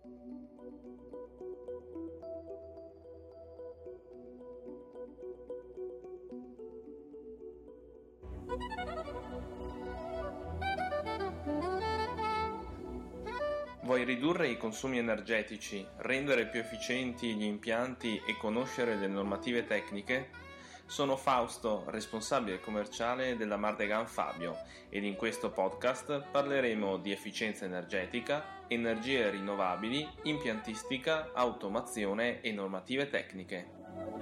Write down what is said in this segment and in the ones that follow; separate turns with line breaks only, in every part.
Vuoi ridurre i consumi energetici, rendere più efficienti gli impianti e conoscere le normative tecniche? Sono Fausto, responsabile commerciale della Mardegan Fabio, ed in questo podcast parleremo di efficienza energetica, energie rinnovabili, impiantistica, automazione e normative tecniche.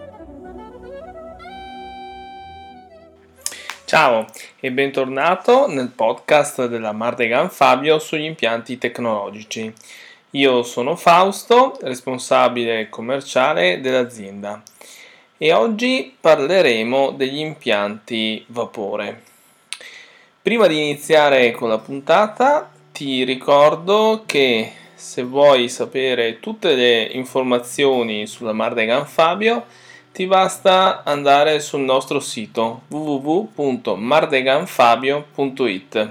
Ciao e bentornato nel podcast della Mardegan Fabio sugli impianti tecnologici. Io sono Fausto, responsabile commerciale dell'azienda, e oggi parleremo degli impianti vapore. Prima di iniziare con la puntata, ti ricordo che se vuoi sapere tutte le informazioni sulla Mardegan Fabio, ti basta andare sul nostro sito www.mardeganfabio.it,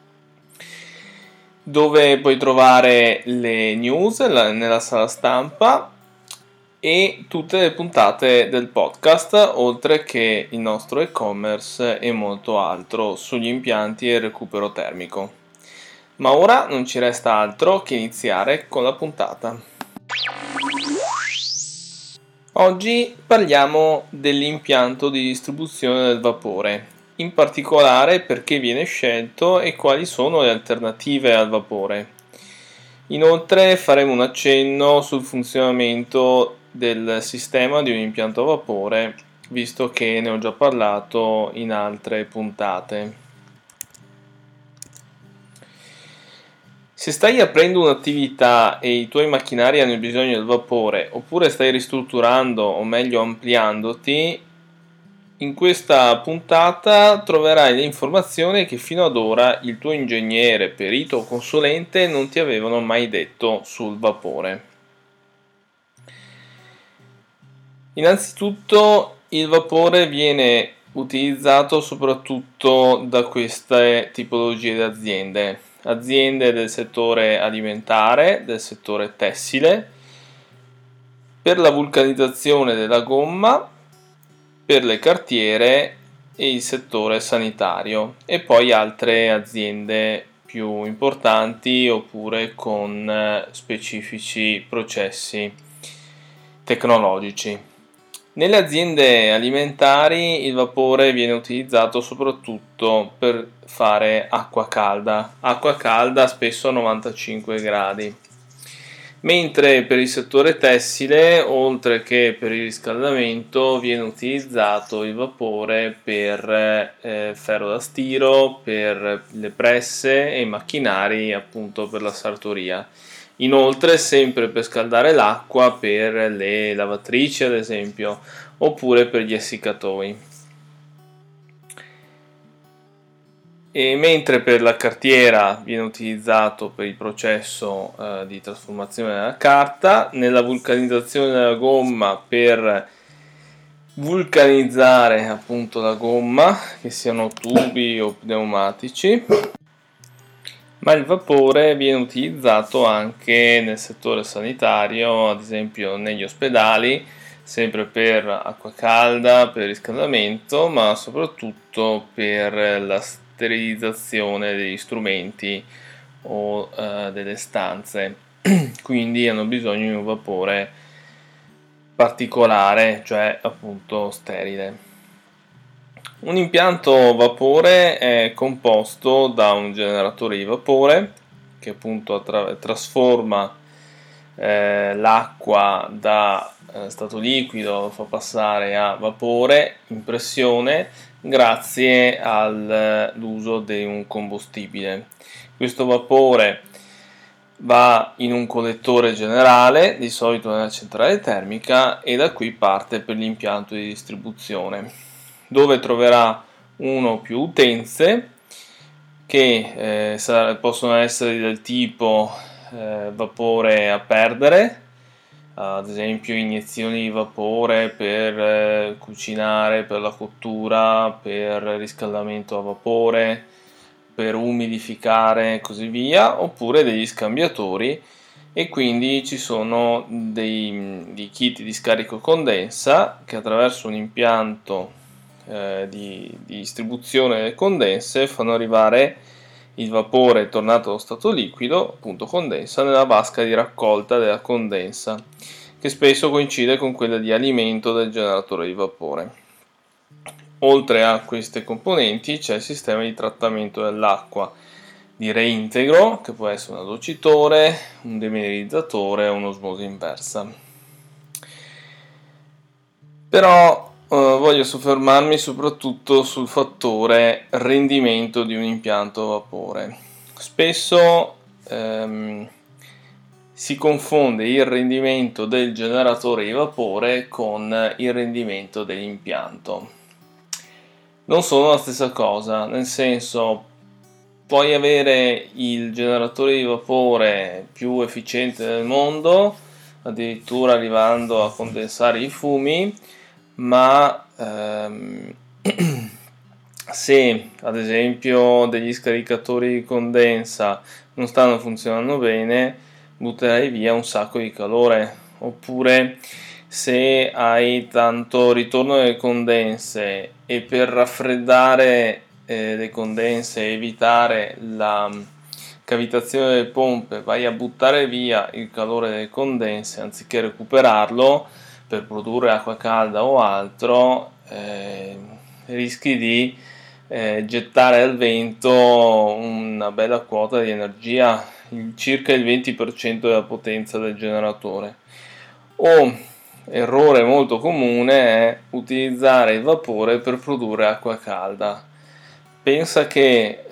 dove puoi trovare le news nella sala stampa e tutte le puntate del podcast, oltre che il nostro e-commerce e molto altro sugli impianti e il recupero termico. Ma ora non ci resta altro che iniziare con la puntata. Oggi parliamo dell'impianto di distribuzione del vapore, in particolare perché viene scelto e quali sono le alternative al vapore. Inoltre faremo un accenno sul funzionamento del sistema di un impianto a vapore, visto che ne ho già parlato in altre puntate. Se stai aprendo un'attività e i tuoi macchinari hanno bisogno del vapore, oppure stai ristrutturando o meglio ampliandoti, in questa puntata troverai le informazioni che fino ad ora il tuo ingegnere, perito o consulente non ti avevano mai detto sul vapore. Innanzitutto il vapore viene utilizzato soprattutto da queste tipologie di aziende del settore alimentare, del settore tessile, per la vulcanizzazione della gomma, per le cartiere e il settore sanitario, e poi altre aziende più importanti oppure con specifici processi tecnologici. Nelle aziende alimentari il vapore viene utilizzato soprattutto per fare acqua calda spesso a 95 gradi, mentre per il settore tessile, oltre che per il riscaldamento, viene utilizzato il vapore per ferro da stiro, per le presse e i macchinari appunto per la sartoria. Inoltre sempre per scaldare l'acqua per le lavatrici ad esempio, oppure per gli essiccatoi. E mentre per la cartiera viene utilizzato per il processo di trasformazione della carta, nella vulcanizzazione della gomma per vulcanizzare appunto la gomma, che siano tubi o pneumatici. Ma il vapore viene utilizzato anche nel settore sanitario, ad esempio negli ospedali, sempre per acqua calda, per riscaldamento, ma soprattutto per la sterilizzazione degli strumenti o delle stanze. Quindi hanno bisogno di un vapore particolare, cioè appunto sterile. Un impianto vapore è composto da un generatore di vapore che appunto trasforma l'acqua da stato liquido, lo fa passare a vapore in pressione grazie all'uso di un combustibile. Questo vapore va in un collettore generale, di solito nella centrale termica, e da qui parte per l'impianto di distribuzione, dove troverà uno o più utenze che possono essere del tipo vapore a perdere, ad esempio iniezioni di vapore per cucinare, per la cottura, per riscaldamento a vapore, per umidificare e così via, oppure degli scambiatori e quindi ci sono dei kit di scarico condensa che attraverso un impianto di distribuzione delle condense fanno arrivare il vapore tornato allo stato liquido, appunto condensa, nella vasca di raccolta della condensa, che spesso coincide con quella di alimento del generatore di vapore. Oltre a queste componenti c'è il sistema di trattamento dell'acqua di reintegro, che può essere un addolcitore, un demineralizzatore o un'osmosi inversa. Però voglio soffermarmi soprattutto sul fattore rendimento di un impianto a vapore. Spesso si confonde il rendimento del generatore di vapore con il rendimento dell'impianto. Non sono la stessa cosa, nel senso, puoi avere il generatore di vapore più efficiente del mondo, addirittura arrivando a condensare i fumi, ma se ad esempio degli scaricatori di condensa non stanno funzionando bene, butterai via un sacco di calore. Oppure se hai tanto ritorno delle condense e per raffreddare le condense e evitare la cavitazione delle pompe vai a buttare via il calore delle condense anziché recuperarlo per produrre acqua calda o altro, rischi di gettare al vento una bella quota di energia, circa il 20% della potenza del generatore. O errore molto comune è utilizzare il vapore per produrre acqua calda. Pensa che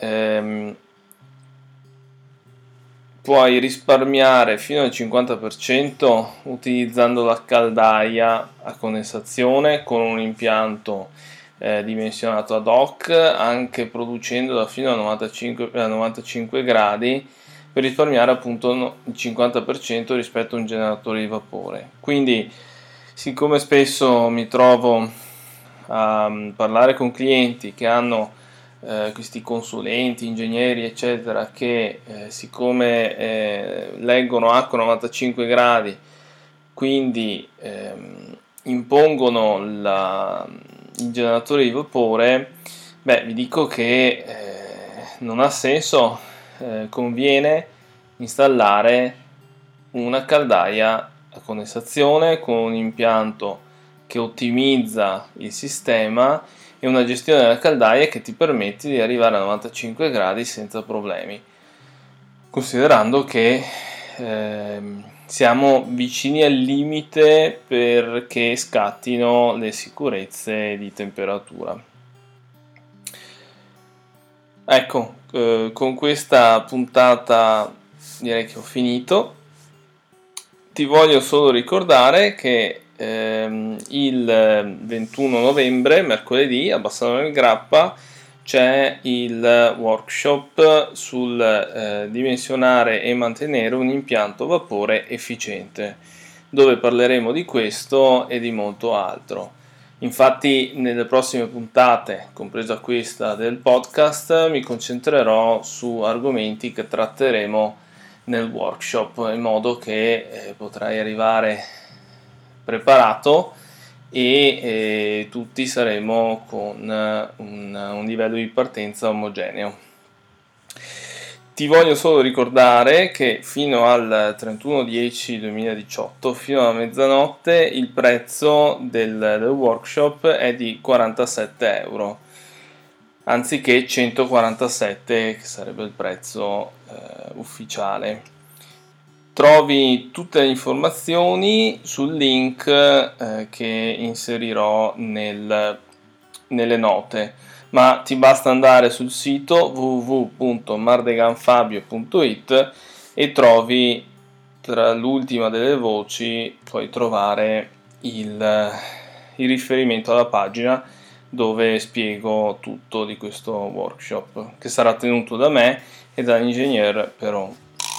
puoi risparmiare fino al 50% utilizzando la caldaia a condensazione con un impianto dimensionato ad hoc, anche producendola fino a 95 gradi, per risparmiare appunto il 50% rispetto a un generatore di vapore. Quindi, siccome spesso mi trovo a parlare con clienti che hanno questi consulenti, ingegneri eccetera, che siccome leggono acqua a 95 gradi, quindi impongono il generatore di vapore, vi dico che non ha senso, conviene installare una caldaia a condensazione con un impianto che ottimizza il sistema e una gestione della caldaia che ti permette di arrivare a 95 gradi senza problemi, considerando che siamo vicini al limite perché scattino le sicurezze di temperatura. Ecco, con questa puntata direi che ho finito. Ti voglio solo ricordare che il 21 novembre, mercoledì, a Bassano del Grappa, c'è il workshop sul dimensionare e mantenere un impianto vapore efficiente, dove parleremo di questo e di molto altro. Infatti nelle prossime puntate, compresa questa del podcast, mi concentrerò su argomenti che tratteremo nel workshop, in modo che potrai arrivare preparato e tutti saremo con un livello di partenza omogeneo. Ti voglio solo ricordare che fino al 31/10/2018, fino alla mezzanotte, il prezzo del workshop è di 47 euro, anziché 147 che sarebbe il prezzo ufficiale. Trovi tutte le informazioni sul link che inserirò nelle note, ma ti basta andare sul sito www.mardeganfabio.it e trovi, tra l'ultima delle voci, puoi trovare il riferimento alla pagina dove spiego tutto di questo workshop, che sarà tenuto da me e dall'ingegner Peron.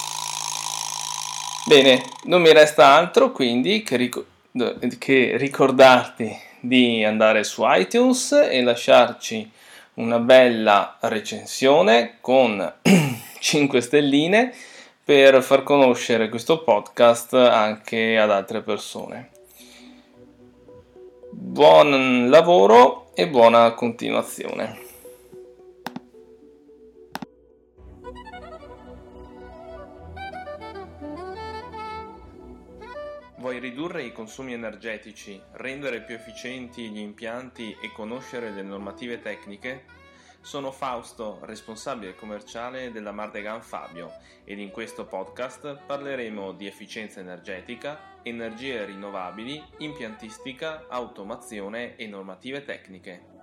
Bene, non mi resta altro quindi che ricordarti di andare su iTunes e lasciarci una bella recensione con 5 stelline per far conoscere questo podcast anche ad altre persone. Buon lavoro e buona continuazione. Vuoi ridurre i consumi energetici, rendere più efficienti gli impianti e conoscere le normative tecniche? Sono Fausto, responsabile commerciale della Mardegan Fabio, ed in questo podcast parleremo di efficienza energetica, energie rinnovabili, impiantistica, automazione e normative tecniche.